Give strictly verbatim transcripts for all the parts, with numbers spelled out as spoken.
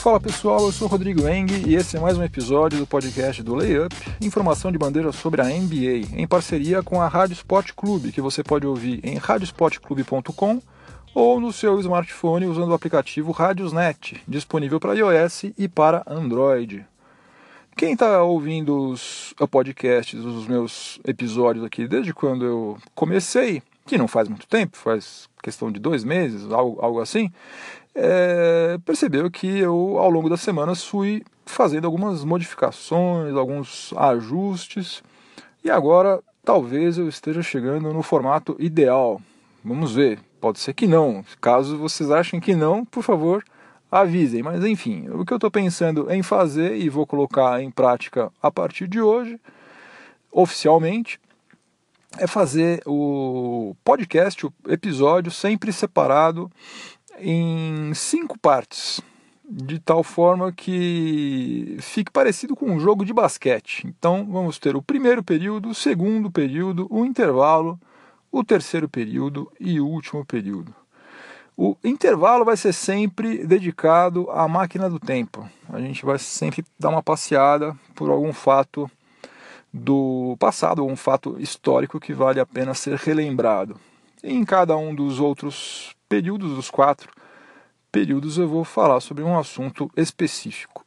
Fala pessoal, eu sou o Rodrigo Eng e esse é mais um episódio do podcast do Layup, informação de bandeira sobre a N B A, em parceria com a Rádio Sport Clube, que você pode ouvir em radiosport clube ponto com ou no seu smartphone usando o aplicativo Radiosnet, disponível para iOS e para Android. Quem está ouvindo os podcasts, os meus episódios aqui desde quando eu comecei, que não faz muito tempo, faz questão de dois meses, algo, algo assim, é, percebeu que eu, ao longo das semanas, fui fazendo algumas modificações, alguns ajustes, e agora talvez eu esteja chegando no formato ideal. Vamos ver, pode ser que não. Caso vocês achem que não, por favor, avisem. Mas enfim, o que eu estou pensando em fazer e vou colocar em prática a partir de hoje, oficialmente, é fazer o podcast, o episódio, sempre separado em cinco partes, de tal forma que fique parecido com um jogo de basquete. Então vamos ter o primeiro período, o segundo período, o intervalo, o terceiro período e o último período. O intervalo vai ser sempre dedicado à máquina do tempo. A gente vai sempre dar uma passeada por algum fato do passado, um fato histórico que vale a pena ser relembrado. Em cada um dos outros períodos, dos quatro períodos, eu vou falar sobre um assunto específico.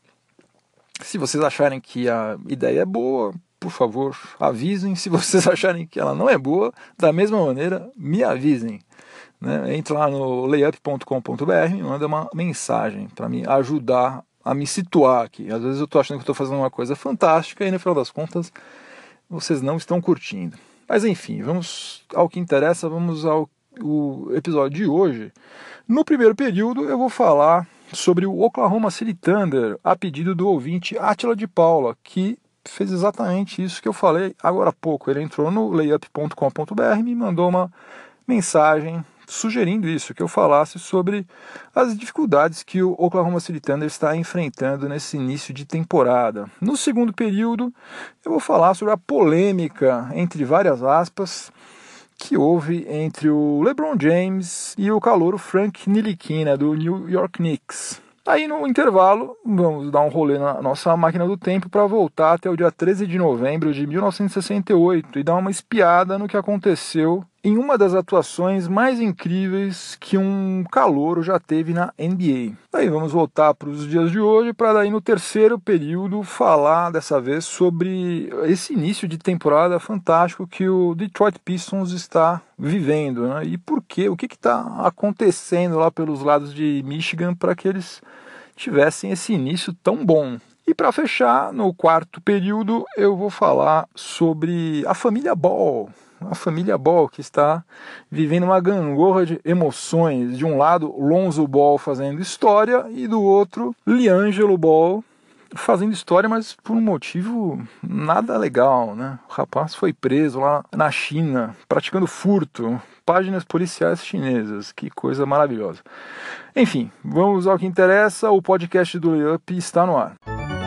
Se vocês acharem que a ideia é boa, por favor, avisem. Se vocês acharem que ela não é boa, da mesma maneira, me avisem. Né? Entre lá no layup ponto com ponto b r e me manda uma mensagem para me ajudar a me situar aqui. Às vezes eu estou achando que estou fazendo uma coisa fantástica e no final das contas vocês não estão curtindo. Mas enfim, vamos ao que interessa, vamos ao o episódio de hoje. No primeiro período eu vou falar sobre o Oklahoma City Thunder, a pedido do ouvinte Átila de Paula, que fez exatamente isso que eu falei agora há pouco. Ele entrou no layup ponto com ponto b r e me mandou uma mensagem sugerindo isso, que eu falasse sobre as dificuldades que o Oklahoma City Thunder está enfrentando nesse início de temporada. No segundo período, eu vou falar sobre a polêmica, entre várias aspas, que houve entre o LeBron James e o calouro Frank Ntilikina, do New York Knicks. Aí no intervalo, vamos dar um rolê na nossa máquina do tempo para voltar até o dia treze de novembro de mil novecentos e sessenta e oito e dar uma espiada no que aconteceu em uma das atuações mais incríveis que um calouro já teve na N B A. Aí vamos voltar para os dias de hoje para daí no terceiro período falar dessa vez sobre esse início de temporada fantástico que o Detroit Pistons está vivendo, né? E por quê? O que está acontecendo lá pelos lados de Michigan para que eles tivessem esse início tão bom. E para fechar, no quarto período, eu vou falar sobre a família Ball. A família Ball que está vivendo uma gangorra de emoções. De um lado, Lonzo Ball fazendo história e do outro, LiAngelo Ball fazendo história, mas por um motivo nada legal, né? O rapaz foi preso lá na China, praticando furto. Páginas policiais chinesas, que coisa maravilhosa. Enfim, vamos ao que interessa, o podcast do Layup está no ar.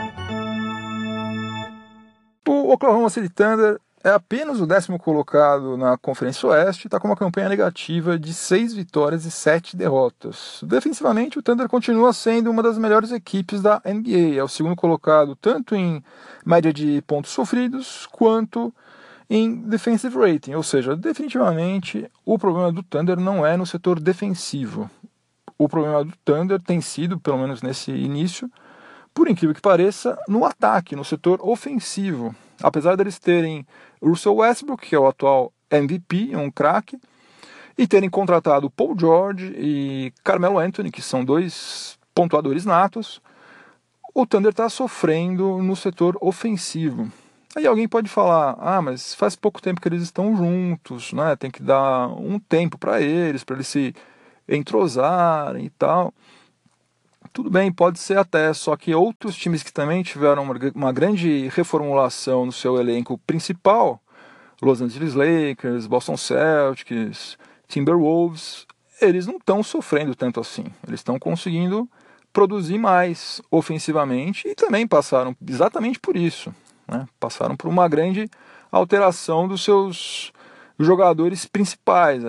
O Oklahoma City Thunder é apenas o décimo colocado na Conferência Oeste e está com uma campanha negativa de seis vitórias e sete derrotas. Defensivamente, o Thunder continua sendo uma das melhores equipes da N B A. É o segundo colocado tanto em média de pontos sofridos quanto em defensive rating, ou seja, definitivamente o problema do Thunder não é no setor defensivo. O problema do Thunder tem sido, pelo menos nesse início, por incrível que pareça, no ataque, no setor ofensivo. Apesar deles terem Russell Westbrook, que é o atual M V P, um craque, e terem contratado Paul George e Carmelo Anthony, que são dois pontuadores natos, o Thunder está sofrendo no setor ofensivo. Aí alguém pode falar, ah, mas faz pouco tempo que eles estão juntos, né? Tem que dar um tempo para eles, para eles se entrosarem e tal. Tudo bem, pode ser até, só que outros times que também tiveram uma, uma grande reformulação no seu elenco principal, Los Angeles Lakers, Boston Celtics, Timberwolves, eles não estão sofrendo tanto assim. Eles estão conseguindo produzir mais ofensivamente e também passaram exatamente por isso. Né? Passaram por uma grande alteração dos seus jogadores principais aí.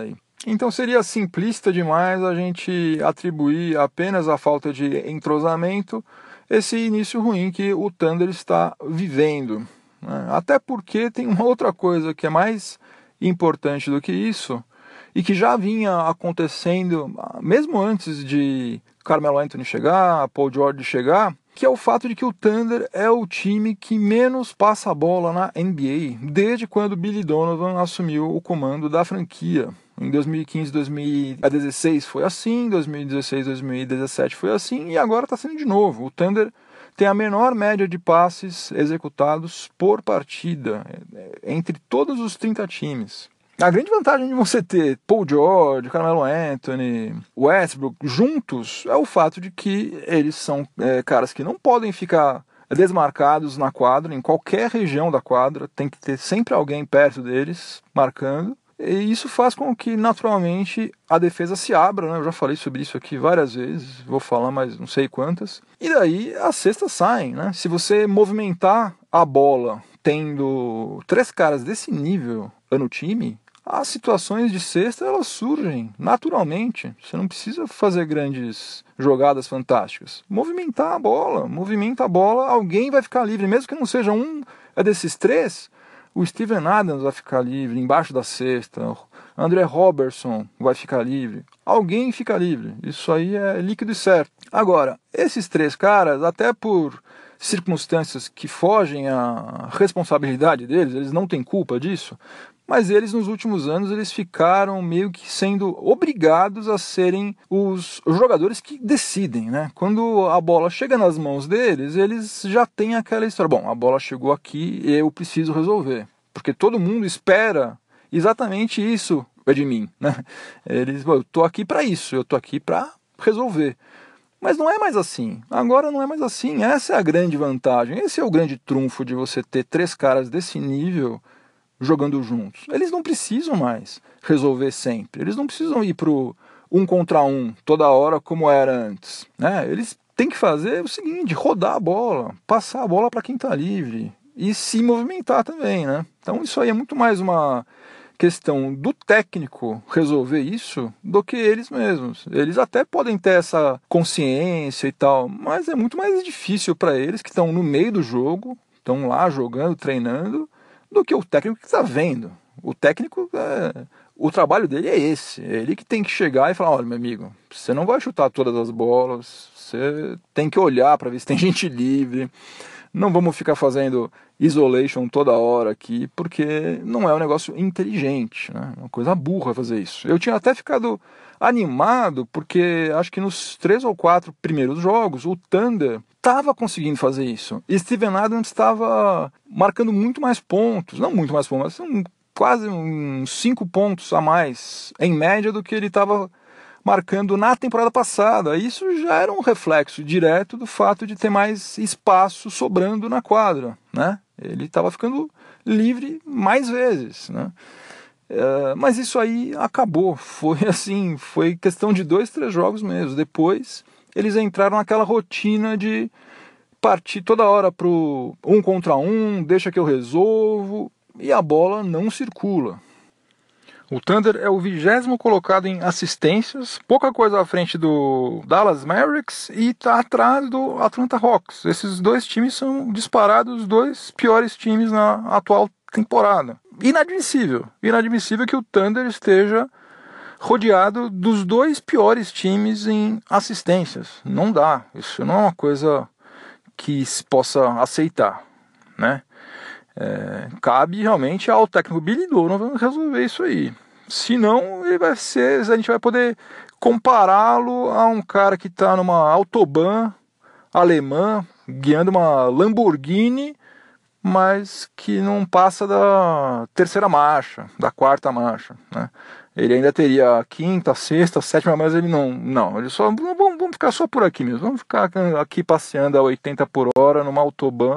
Então seria simplista demais a gente atribuir apenas à falta de entrosamento esse início ruim que o Thunder está vivendo, né? Até porque tem uma outra coisa que é mais importante do que isso e que já vinha acontecendo mesmo antes de Carmelo Anthony chegar, Paul George chegar, que é o fato de que o Thunder é o time que menos passa a bola na N B A desde quando Billy Donovan assumiu o comando da franquia. Em dois mil e quinze, dois mil e dezesseis foi assim, dois mil e dezesseis, dois mil e dezessete foi assim e agora está sendo de novo. O Thunder tem a menor média de passes executados por partida entre todos os trinta times. A grande vantagem de você ter Paul George, Carmelo Anthony, Westbrook juntos é o fato de que eles são é, caras que não podem ficar desmarcados na quadra, em qualquer região da quadra, tem que ter sempre alguém perto deles marcando. E isso faz com que, naturalmente, a defesa se abra, né? Eu já falei sobre isso aqui várias vezes, vou falar mais não sei quantas. E daí as cestas saem, né? Se você movimentar a bola tendo três caras desse nível no time, as situações de cesta elas surgem naturalmente. Você não precisa fazer grandes jogadas fantásticas. Movimentar a bola, movimenta a bola, alguém vai ficar livre, mesmo que não seja um desses três. O Steven Adams vai ficar livre embaixo da cesta, André Robertson vai ficar livre, alguém fica livre, isso aí é líquido e certo. Agora, esses três caras, até por circunstâncias que fogem à responsabilidade deles, eles não têm culpa disso, mas eles nos últimos anos eles ficaram meio que sendo obrigados a serem os jogadores que decidem, né? Quando a bola chega nas mãos deles, eles já têm aquela história, bom, a bola chegou aqui e eu preciso resolver, porque todo mundo espera exatamente isso de mim, né? Eles, bom, eu tô aqui para isso, eu tô aqui para resolver. Mas não é mais assim, agora não é mais assim, essa é a grande vantagem, esse é o grande trunfo de você ter três caras desse nível jogando juntos. Eles não precisam mais resolver sempre. Eles não precisam ir pro um contra um toda hora como era antes, né? Eles têm que fazer o seguinte, rodar a bola, passar a bola para quem está livre e se movimentar também, né? Então isso aí é muito mais uma questão do técnico resolver isso do que eles mesmos. Eles até podem ter essa consciência e tal, mas é muito mais difícil para eles que estão no meio do jogo, estão lá jogando, treinando, do que o técnico que está vendo. O técnico, é, o trabalho dele é esse. É ele que tem que chegar e falar, olha, meu amigo, você não vai chutar todas as bolas, você tem que olhar para ver se tem gente livre, não vamos ficar fazendo isolation toda hora aqui, porque não é um negócio inteligente, né? É uma coisa burra fazer isso. Eu tinha até ficado animado, porque acho que nos três ou quatro primeiros jogos, o Thunder estava conseguindo fazer isso. E Steven Adams estava marcando muito mais pontos, não muito mais pontos, mas um, quase uns cinco pontos a mais, em média, do que ele estava marcando na temporada passada. Isso já era um reflexo direto do fato de ter mais espaço sobrando na quadra, né? Ele estava ficando livre mais vezes, né? Uh, mas isso aí acabou, foi assim, foi questão de dois, três jogos mesmo. Depois eles entraram naquela rotina de partir toda hora pro um contra um, deixa que eu resolvo, e a bola não circula. O Thunder é o vigésimo colocado em assistências, pouca coisa à frente do Dallas Mavericks e está atrás do Atlanta Hawks. Esses dois times são disparados os dois piores times na atual temporada. Inadmissível, inadmissível que o Thunder esteja rodeado dos dois piores times em assistências. Não dá, isso não é uma coisa que se possa aceitar, né? É, cabe realmente ao técnico Billy Donovan resolver isso aí. Senão ele vai ser, a gente vai poder compará-lo a um cara que está numa autobahn alemã, guiando uma Lamborghini, mas que não passa da terceira marcha, da quarta marcha, né? Ele ainda teria a quinta, a sexta, a sétima, mas ele não, não, ele só, vamos, vamos ficar só por aqui mesmo, vamos ficar aqui passeando a oitenta por hora numa autobahn,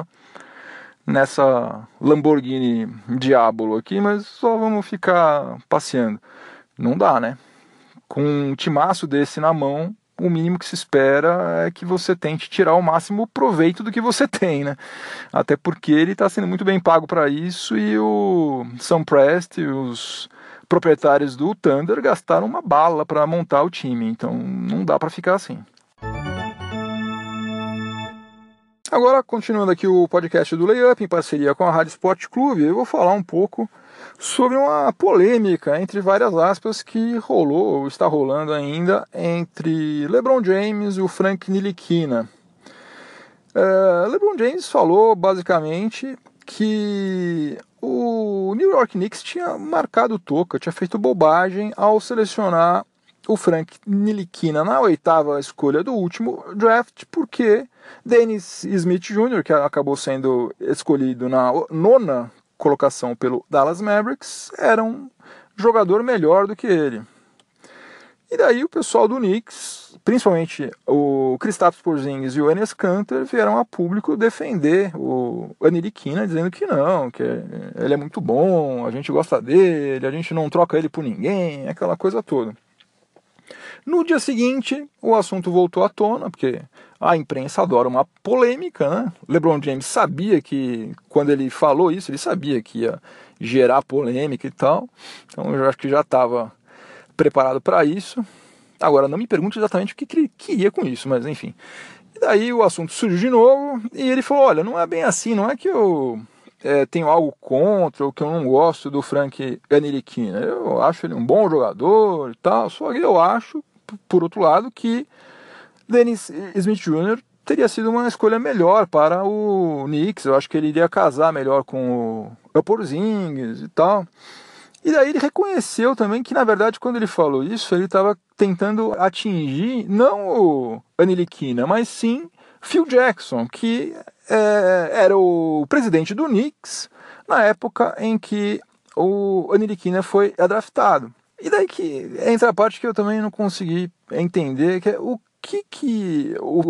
nessa Lamborghini Diablo aqui, mas só vamos ficar passeando. Não dá, né? Com um timaço desse na mão, o mínimo que se espera é que você tente tirar o máximo proveito do que você tem, né? Até porque ele está sendo muito bem pago para isso e o Sam Prest e os proprietários do Thunder gastaram uma bala para montar o time, então não dá para ficar assim. Agora, continuando aqui o podcast do Layup, em parceria com a Rádio Sport Clube, eu vou falar um pouco sobre uma polêmica, entre várias aspas, que rolou, ou está rolando ainda, entre LeBron James e o Frank Ntilikina. Uh, LeBron James falou, basicamente, que o New York Knicks tinha marcado toca, tinha feito bobagem ao selecionar o Frank Ntilikina na oitava escolha do último draft, porque Dennis Smith Júnior, que acabou sendo escolhido na nona colocação pelo Dallas Mavericks, era um jogador melhor do que ele. E daí o pessoal do Knicks, principalmente o Kristaps Porzingis e o Enes Kanter, vieram a público defender o Ntilikina, dizendo que não, que ele é muito bom, a gente gosta dele, a gente não troca ele por ninguém, aquela coisa toda. No dia seguinte, o assunto voltou à tona, porque a imprensa adora uma polêmica, né? LeBron James sabia que, quando ele falou isso, ele sabia que ia gerar polêmica e tal, então eu acho que já estava preparado para isso. Agora, não me pergunte exatamente o que ele queria com isso, mas enfim. E daí o assunto surgiu de novo, e ele falou, olha, não é bem assim, não é que eu é, tenho algo contra, ou que eu não gosto do Frank Ntilikina. Eu acho ele um bom jogador e tal, só que eu acho, por outro lado, que Dennis Smith Júnior teria sido uma escolha melhor para o Knicks. Eu acho que ele iria casar melhor com o Porzingis e tal. E daí ele reconheceu também que, na verdade, quando ele falou isso, ele estava tentando atingir não o Ntilikina, mas sim Phil Jackson, que é, era o presidente do Knicks na época em que o Ntilikina foi draftado. E daí que entra a parte que eu também não consegui entender, que é o que, que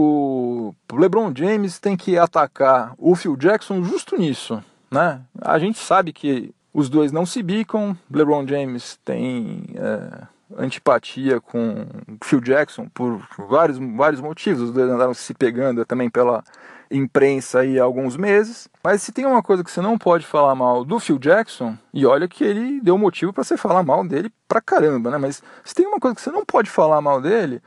o LeBron James tem que atacar o Phil Jackson justo nisso, né? A gente sabe que os dois não se bicam, LeBron James tem é, antipatia com Phil Jackson por vários, vários motivos, os dois andaram se pegando também pela imprensa aí há alguns meses, mas se tem uma coisa que você não pode falar mal do Phil Jackson, e olha que ele deu motivo para você falar mal dele pra caramba, né? Mas se tem uma coisa que você não pode falar mal dele,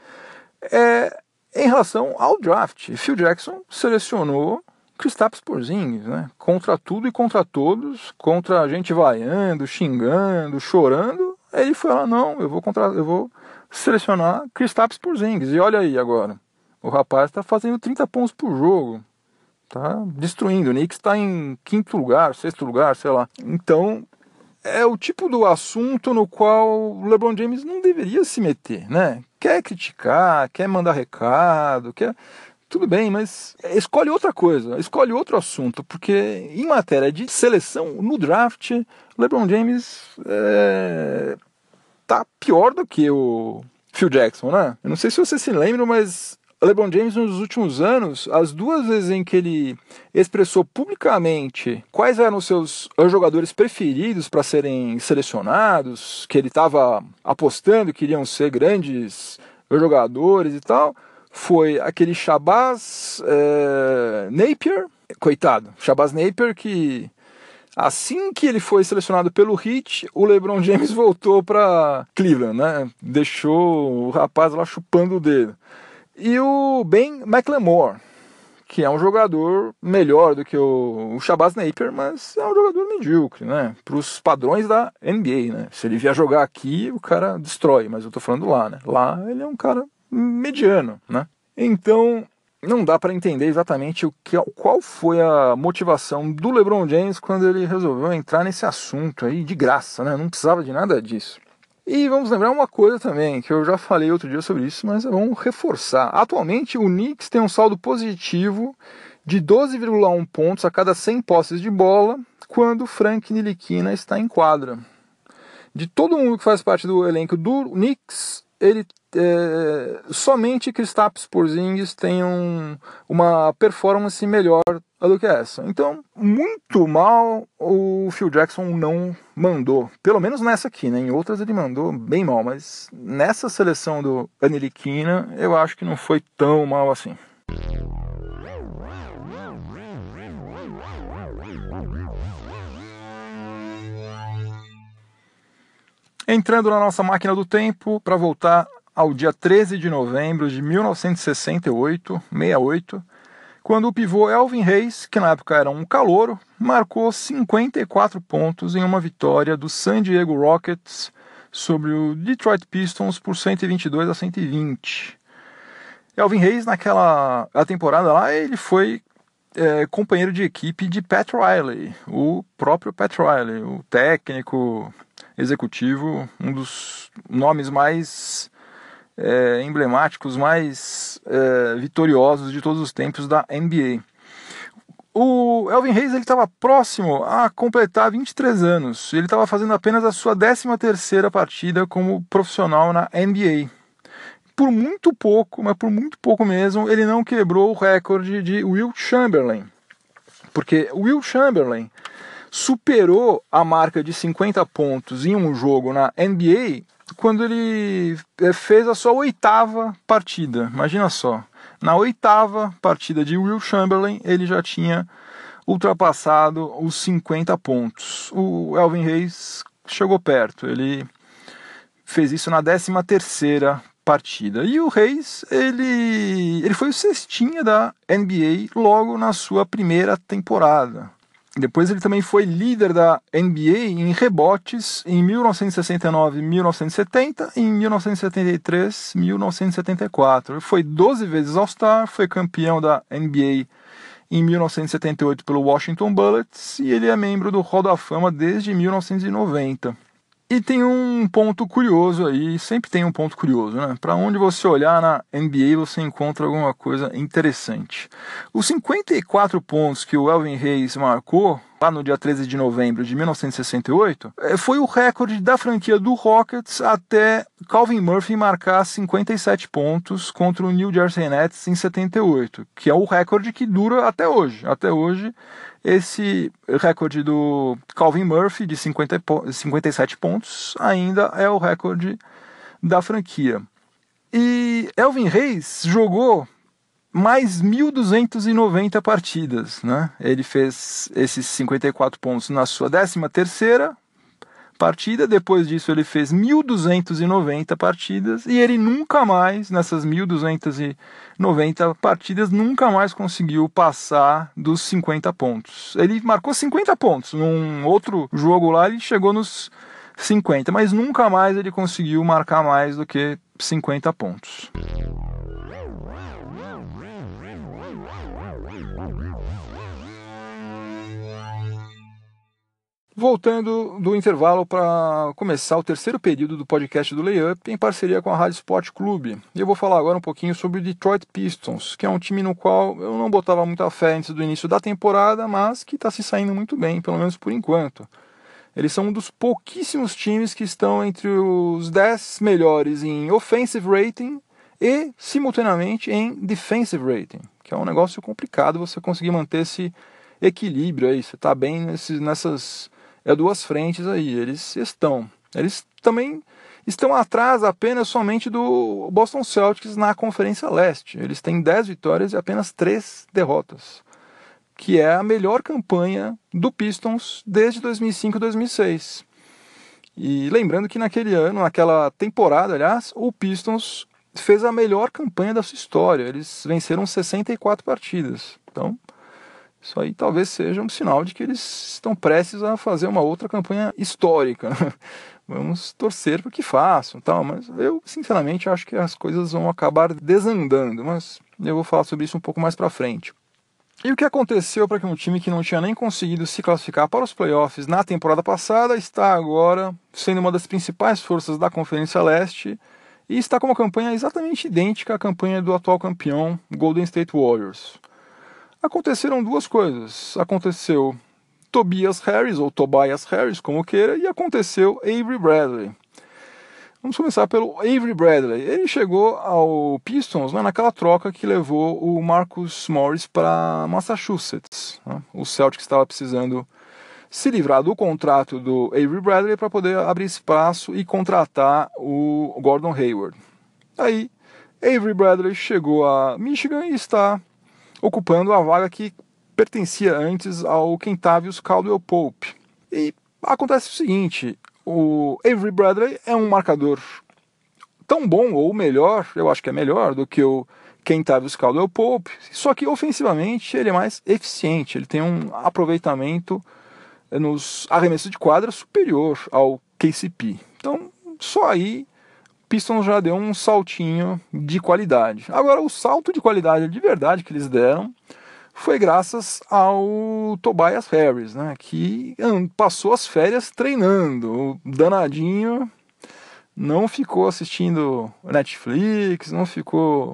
é em relação ao draft. Phil Jackson selecionou Kristaps Porzingis, né? Contra tudo e contra todos, contra a gente vaiando, xingando, chorando, ele foi lá, não, eu vou, contra, eu vou selecionar Kristaps Porzingis, e olha aí agora, o rapaz está fazendo trinta pontos por jogo, tá destruindo, o Knicks está em quinto lugar, sexto lugar, sei lá. Então, é o tipo do assunto no qual o LeBron James não deveria se meter, né? Quer criticar, quer mandar recado, quer... Tudo bem, mas escolhe outra coisa, escolhe outro assunto, porque em matéria de seleção no draft, LeBron James é, tá pior do que o Phil Jackson, né? Eu não sei se você se lembra, mas LeBron James, nos últimos anos, as duas vezes em que ele expressou publicamente quais eram os seus jogadores preferidos para serem selecionados, que ele estava apostando que iriam ser grandes jogadores e tal, foi aquele Shabazz é, Napier, coitado, Shabazz Napier, que assim que ele foi selecionado pelo Heat, o LeBron James voltou para Cleveland, né? Deixou o rapaz lá chupando o dedo. E o Ben McLemore, que é um jogador melhor do que o, o Shabazz Napier, mas é um jogador medíocre, né? Para os padrões da N B A, né? Se ele vier jogar aqui, o cara destrói, mas eu tô falando lá, né? Lá ele é um cara mediano, né? Então, não dá para entender exatamente o que, qual foi a motivação do LeBron James quando ele resolveu entrar nesse assunto aí de graça, né? Não precisava de nada disso. E vamos lembrar uma coisa também, que eu já falei outro dia sobre isso, mas vamos reforçar. Atualmente o Knicks tem um saldo positivo de doze vírgula um pontos a cada cem posses de bola quando Frank Ntilikina está em quadra. De todo mundo que faz parte do elenco do Knicks, ele é, somente Kristaps Porzingis tem um, uma performance melhor do que essa. Então, muito mal o Phil Jackson não mandou. Pelo menos nessa aqui, né? Em outras ele mandou bem mal, mas nessa seleção do Ntilikina, eu acho que não foi tão mal assim. Entrando na nossa máquina do tempo para voltar ao dia treze de novembro de mil novecentos e sessenta e oito, sessenta e oito, quando o pivô Elvin Hayes, que na época era um calouro, marcou cinquenta e quatro pontos em uma vitória do San Diego Rockets sobre o Detroit Pistons por cento e vinte e dois a cento e vinte. Elvin Hayes, naquela a temporada lá, ele foi é, companheiro de equipe de Pat Riley, o próprio Pat Riley, o técnico executivo, um dos nomes mais é, emblemáticos, mais é, vitoriosos de todos os tempos da N B A. O Elvin Hayes estava próximo a completar vinte e três anos. Ele estava fazendo apenas a sua décima terceira partida como profissional na N B A. Por muito pouco, mas por muito pouco mesmo, ele não quebrou o recorde de Wilt Chamberlain. Porque Wilt Chamberlain superou a marca de cinquenta pontos em um jogo na N B A quando ele fez a sua oitava partida. Imagina só, na oitava partida de Wilt Chamberlain ele já tinha ultrapassado os cinquenta pontos. O Elvin Hayes chegou perto, ele fez isso na décima terceira partida. E o Hayes, ele, ele foi o cestinha da N B A logo na sua primeira temporada. Depois ele também foi líder da N B A em rebotes em mil novecentos e sessenta e nove, mil novecentos e setenta e em mil novecentos e setenta e três, mil novecentos e setenta e quatro. Ele foi doze vezes All-Star, foi campeão da N B A em mil novecentos e setenta e oito pelo Washington Bullets e ele é membro do Hall da Fama desde mil novecentos e noventa. E tem um ponto curioso aí, sempre tem um ponto curioso, né? Para onde você olhar na N B A você encontra alguma coisa interessante. Os cinquenta e quatro pontos que o Elvin Hayes marcou lá no dia treze de novembro de mil novecentos e sessenta e oito foi o recorde da franquia do Rockets até Calvin Murphy marcar cinquenta e sete pontos contra o New Jersey Nets em setenta e oito, que é o recorde que dura até hoje. Até hoje esse recorde do Calvin Murphy de cinquenta, cinquenta e sete pontos ainda é o recorde da franquia. E Elvin Hayes jogou mais mil duzentas e noventa partidas, né? Ele fez esses cinquenta e quatro pontos na sua décima terceira partida, depois disso ele fez mil duzentas e noventa partidas e ele nunca mais, nessas mil duzentas e noventa partidas, nunca mais conseguiu passar dos cinquenta pontos. Ele marcou cinquenta pontos, num outro jogo lá ele chegou nos cinquenta, mas nunca mais ele conseguiu marcar mais do que cinquenta pontos. Voltando do intervalo para começar o terceiro período do podcast do Layup em parceria com a Rádio Sport Clube. E eu vou falar agora um pouquinho sobre o Detroit Pistons, que é um time no qual eu não botava muita fé antes do início da temporada, mas que está se saindo muito bem, pelo menos por enquanto. Eles são um dos pouquíssimos times que estão entre os dez melhores em offensive rating e, simultaneamente, em defensive rating, que é um negócio complicado você conseguir manter esse equilíbrio aí. Você está bem nesses, nessas é, duas frentes aí. Eles estão. Eles também estão atrás apenas somente do Boston Celtics na Conferência Leste. Eles têm dez vitórias e apenas três derrotas, que é a melhor campanha do Pistons desde dois mil e cinco, dois mil e seis. E lembrando que naquele ano, naquela temporada, aliás, o Pistons fez a melhor campanha da sua história. Eles venceram sessenta e quatro partidas. Então, isso aí talvez seja um sinal de que eles estão prestes a fazer uma outra campanha histórica. Vamos torcer para que façam, tal, mas eu, sinceramente, acho que as coisas vão acabar desandando, mas eu vou falar sobre isso um pouco mais para frente. E o que aconteceu para que um time que não tinha nem conseguido se classificar para os playoffs na temporada passada está agora sendo uma das principais forças da Conferência Leste e está com uma campanha exatamente idêntica à campanha do atual campeão Golden State Warriors? Aconteceram duas coisas. Aconteceu Tobias Harris, ou Tobias Harris, como queira, e aconteceu Avery Bradley. Vamos começar pelo Avery Bradley. Ele chegou ao Pistons, né, naquela troca que levou o Marcus Morris para Massachusetts. Né? O Celtics estava precisando se livrar do contrato do Avery Bradley para poder abrir espaço e contratar o Gordon Hayward. Aí, Avery Bradley chegou a Michigan e está ocupando a vaga que pertencia antes ao Kentavious Caldwell Pope. E acontece o seguinte: o Avery Bradley é um marcador tão bom, ou melhor, eu acho que é melhor, do que o Kentavious Caldwell-Pope, só que ofensivamente ele é mais eficiente, ele tem um aproveitamento nos arremessos de quadra superior ao K C P. Então, só aí Pistons já deu um saltinho de qualidade. Agora, o salto de qualidade de verdade que eles deram foi graças ao Tobias Harris, né, que passou as férias treinando. O danadinho não ficou assistindo Netflix, não ficou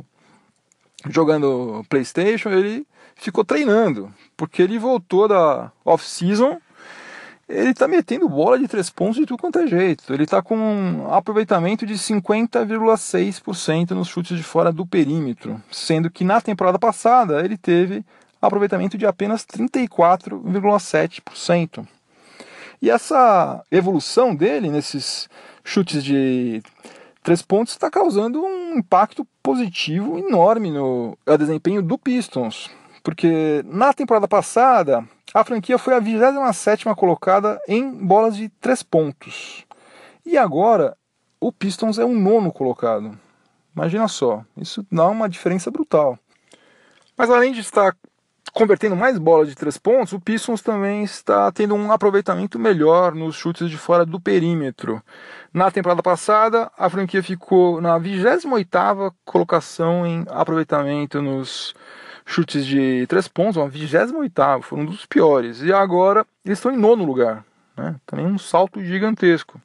jogando PlayStation, ele ficou treinando, porque ele voltou da off-season. Ele tá metendo bola de três pontos de tudo quanto é jeito. Ele tá com um aproveitamento de cinquenta vírgula seis por cento nos chutes de fora do perímetro, sendo que na temporada passada ele teve aproveitamento de apenas trinta e quatro vírgula sete por cento. E essa evolução dele nesses chutes de três pontos está causando um impacto positivo enorme no desempenho do Pistons, porque na temporada passada a franquia foi a vigésima sétima colocada em bolas de três pontos. E agora o Pistons é o nono colocado. Imagina só, isso dá uma diferença brutal. Mas além de estar convertendo mais bolas de três pontos, o Pistons também está tendo um aproveitamento melhor nos chutes de fora do perímetro. Na temporada passada, a franquia ficou na vigésima oitava colocação em aproveitamento nos chutes de três pontos, uma vigésima oitava, foram um dos piores. E agora eles estão em nono lugar, né? Também um salto gigantesco.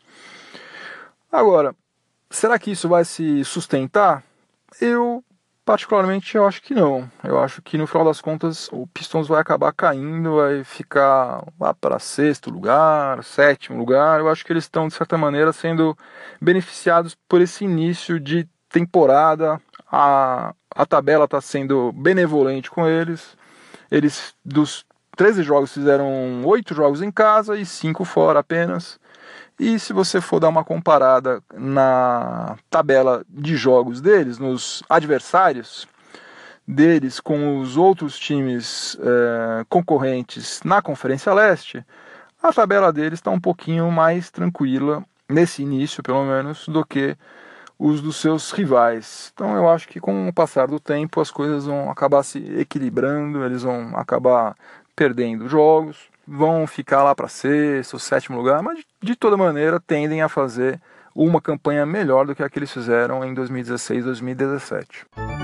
Agora, será que isso vai se sustentar? Eu, particularmente, eu acho que não. Eu acho que no final das contas o Pistons vai acabar caindo, vai ficar lá para sexto lugar, sétimo lugar. Eu acho que eles estão, de certa maneira, sendo beneficiados por esse início de temporada. A A tabela está sendo benevolente com eles. Eles, dos treze jogos, fizeram oito jogos em casa e cinco fora apenas. E se você for dar uma comparada na tabela de jogos deles, nos adversários deles com os outros times é, concorrentes na Conferência Leste, a tabela deles está um pouquinho mais tranquila, nesse início pelo menos, do que os dos seus rivais. Então eu acho que com o passar do tempo as coisas vão acabar se equilibrando, eles vão acabar perdendo jogos, vão ficar lá para sexto, sétimo lugar, mas de toda maneira tendem a fazer uma campanha melhor do que a que eles fizeram em dois mil e dezesseis, dois mil e dezessete.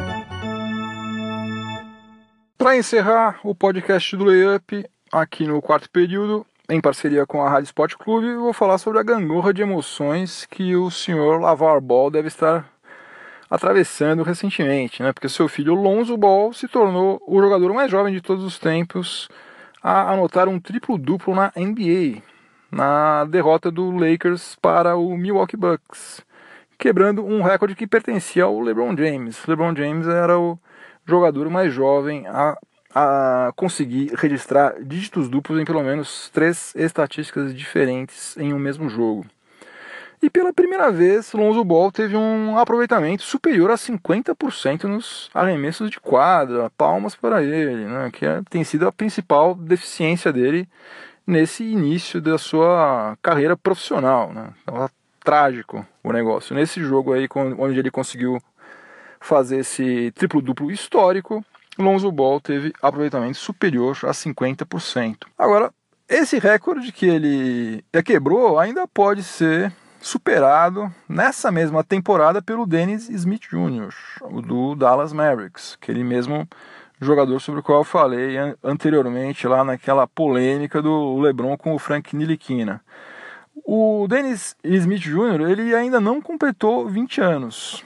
Para encerrar o podcast do Layup, aqui no quarto período, em parceria com a Rádio Sport Clube, eu vou falar sobre a gangorra de emoções que o senhor LaVar Ball deve estar atravessando recentemente, né? Porque seu filho Lonzo Ball se tornou o jogador mais jovem de todos os tempos a anotar um triplo-duplo na N B A, na derrota do Lakers para o Milwaukee Bucks, quebrando um recorde que pertencia ao LeBron James. LeBron James era o jogador mais jovem a a conseguir registrar dígitos duplos em pelo menos três estatísticas diferentes em um mesmo jogo. E pela primeira vez, Lonzo Ball teve um aproveitamento superior a cinquenta por cento nos arremessos de quadra, palmas para ele, né, que é, tem sido a principal deficiência dele nesse início da sua carreira profissional. Né. Então, é trágico o negócio. Nesse jogo aí, onde ele conseguiu fazer esse triplo-duplo histórico, Lonzo Ball teve aproveitamento superior a cinquenta por cento. Agora, esse recorde que ele quebrou ainda pode ser superado nessa mesma temporada pelo Dennis Smith Júnior, o do Dallas Mavericks, aquele mesmo jogador sobre o qual eu falei anteriormente lá naquela polêmica do LeBron com o Frank Ntilikina. O Dennis Smith Júnior ele ainda não completou vinte anos.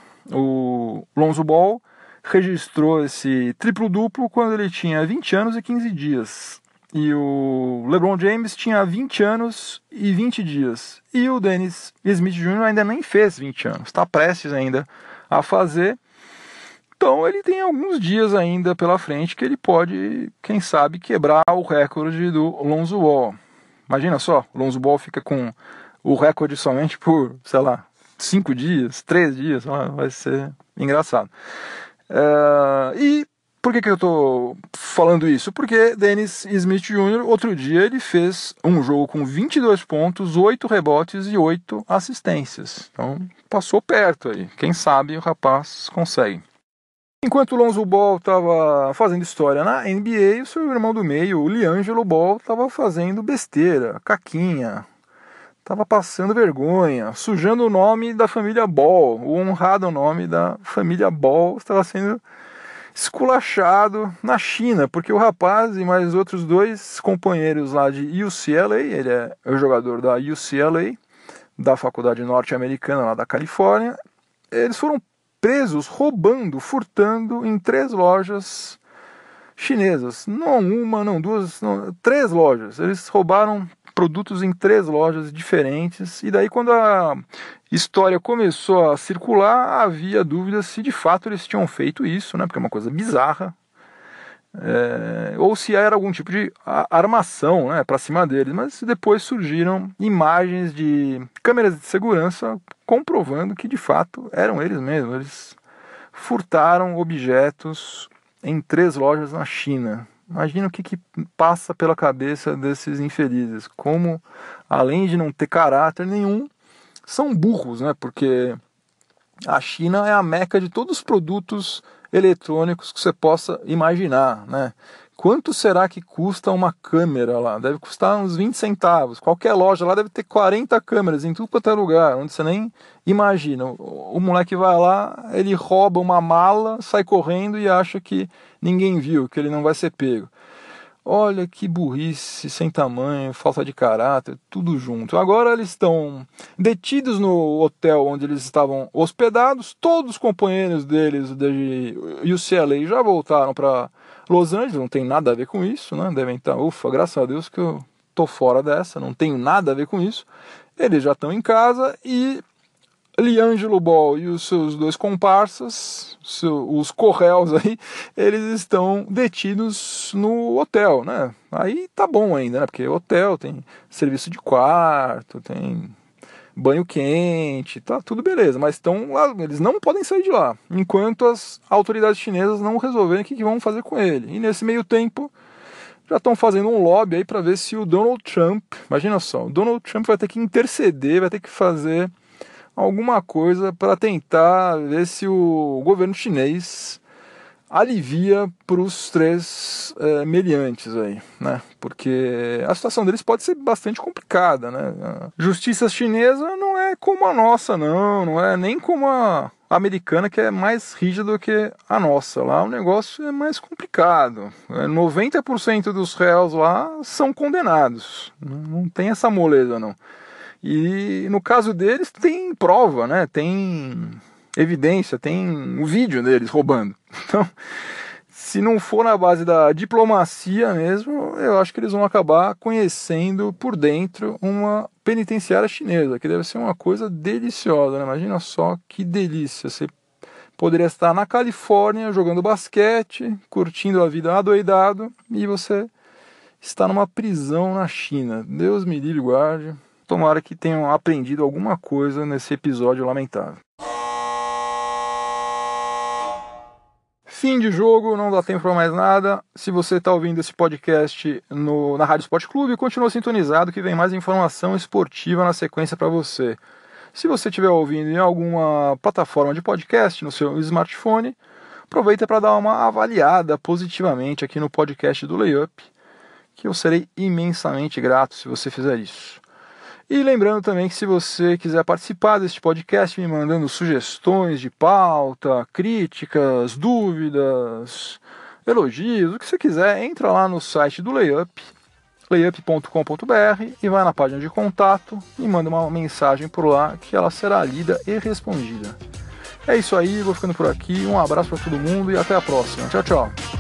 O Lonzo Ball registrou esse triplo-duplo quando ele tinha vinte anos e quinze dias. E o LeBron James tinha vinte anos e vinte dias. E o Dennis Smith Júnior ainda nem fez vinte anos, está prestes ainda a fazer. Então ele tem alguns dias ainda pela frente que ele pode, quem sabe, quebrar o recorde do Lonzo Ball. Imagina só, o Lonzo Ball fica com o recorde somente por, sei lá, cinco dias, três dias, vai ser engraçado. Uh, e Por que que eu tô falando isso? Porque Dennis Smith Júnior, outro dia, ele fez um jogo com vinte e dois pontos, oito rebotes e oito assistências. Então, passou perto aí. Quem sabe o rapaz consegue. Enquanto o Lonzo Ball estava fazendo história na N B A, o seu irmão do meio, o LiAngelo Ball, estava fazendo besteira, caquinha. Estava passando vergonha, sujando o nome da família Ball. O honrado nome da família Ball estava sendo esculachado na China, porque o rapaz e mais outros dois companheiros lá de U C L A, ele é o jogador da U C L A, da faculdade norte-americana lá da Califórnia, eles foram presos roubando, furtando em três lojas chinesas. Não uma, não duas, não, três lojas. Eles roubaram produtos em três lojas diferentes, e daí quando a história começou a circular, havia dúvidas se de fato eles tinham feito isso, né, porque é uma coisa bizarra, é, ou se era algum tipo de armação, né, para cima deles, mas depois surgiram imagens de câmeras de segurança comprovando que de fato eram eles mesmos, eles furtaram objetos em três lojas na China. Imagina o que, que passa pela cabeça desses infelizes. Como, além de não ter caráter nenhum, são burros, né? Porque a China é a meca de todos os produtos eletrônicos que você possa imaginar, né? Quanto será que custa uma câmera lá? Deve custar uns vinte centavos. Qualquer loja lá deve ter quarenta câmeras em tudo quanto é lugar, onde você nem imagina. O, o moleque vai lá, ele rouba uma mala, sai correndo e acha que ninguém viu, que ele não vai ser pego. Olha que burrice, sem tamanho, falta de caráter, tudo junto. Agora eles estão detidos no hotel onde eles estavam hospedados. Todos os companheiros deles de U C L A já voltaram para Los Angeles, não tem nada a ver com isso, né? Devem estar, ufa, graças a Deus que eu tô fora dessa, não tenho nada a ver com isso. Eles já estão em casa e LiAngelo Ball e os seus dois comparsas, os corréus aí, eles estão detidos no hotel, né? Aí tá bom ainda, né? Porque hotel tem serviço de quarto, tem banho quente, tá tudo beleza, mas estão lá, eles não podem sair de lá, enquanto as autoridades chinesas não resolverem o que, que vão fazer com ele. E nesse meio tempo, já estão fazendo um lobby aí para ver se o Donald Trump, imagina só, o Donald Trump vai ter que interceder, vai ter que fazer alguma coisa para tentar ver se o governo chinês alivia para os três é, meliantes aí, né? Porque a situação deles pode ser bastante complicada, né? A justiça chinesa não é como a nossa, não, não é nem como a americana, que é mais rígida do que a nossa. Lá o negócio é mais complicado. noventa por cento dos réus lá são condenados. Não tem essa moleza, não. E no caso deles tem prova, né? Tem evidência, tem um vídeo deles roubando. Então, se não for na base da diplomacia mesmo, eu acho que eles vão acabar conhecendo por dentro uma penitenciária chinesa, que deve ser uma coisa deliciosa, né? Imagina só que delícia. Você poderia estar na Califórnia jogando basquete, curtindo a vida adoidado, e você está numa prisão na China. Deus me livre e guarde. Tomara que tenham aprendido alguma coisa nesse episódio lamentável. Fim de jogo, não dá tempo para mais nada. Se você está ouvindo esse podcast no, na Rádio Sport Clube, continua sintonizado que vem mais informação esportiva na sequência para você. Se você estiver ouvindo em alguma plataforma de podcast no seu smartphone, aproveita para dar uma avaliada positivamente aqui no podcast do Layup, que eu serei imensamente grato se você fizer isso. E lembrando também que se você quiser participar deste podcast, me mandando sugestões de pauta, críticas, dúvidas, elogios, o que você quiser, entra lá no site do Layup, layup ponto com ponto b r, e vai na página de contato e manda uma mensagem por lá que ela será lida e respondida. É isso aí, vou ficando por aqui, um abraço para todo mundo e até a próxima. Tchau, tchau.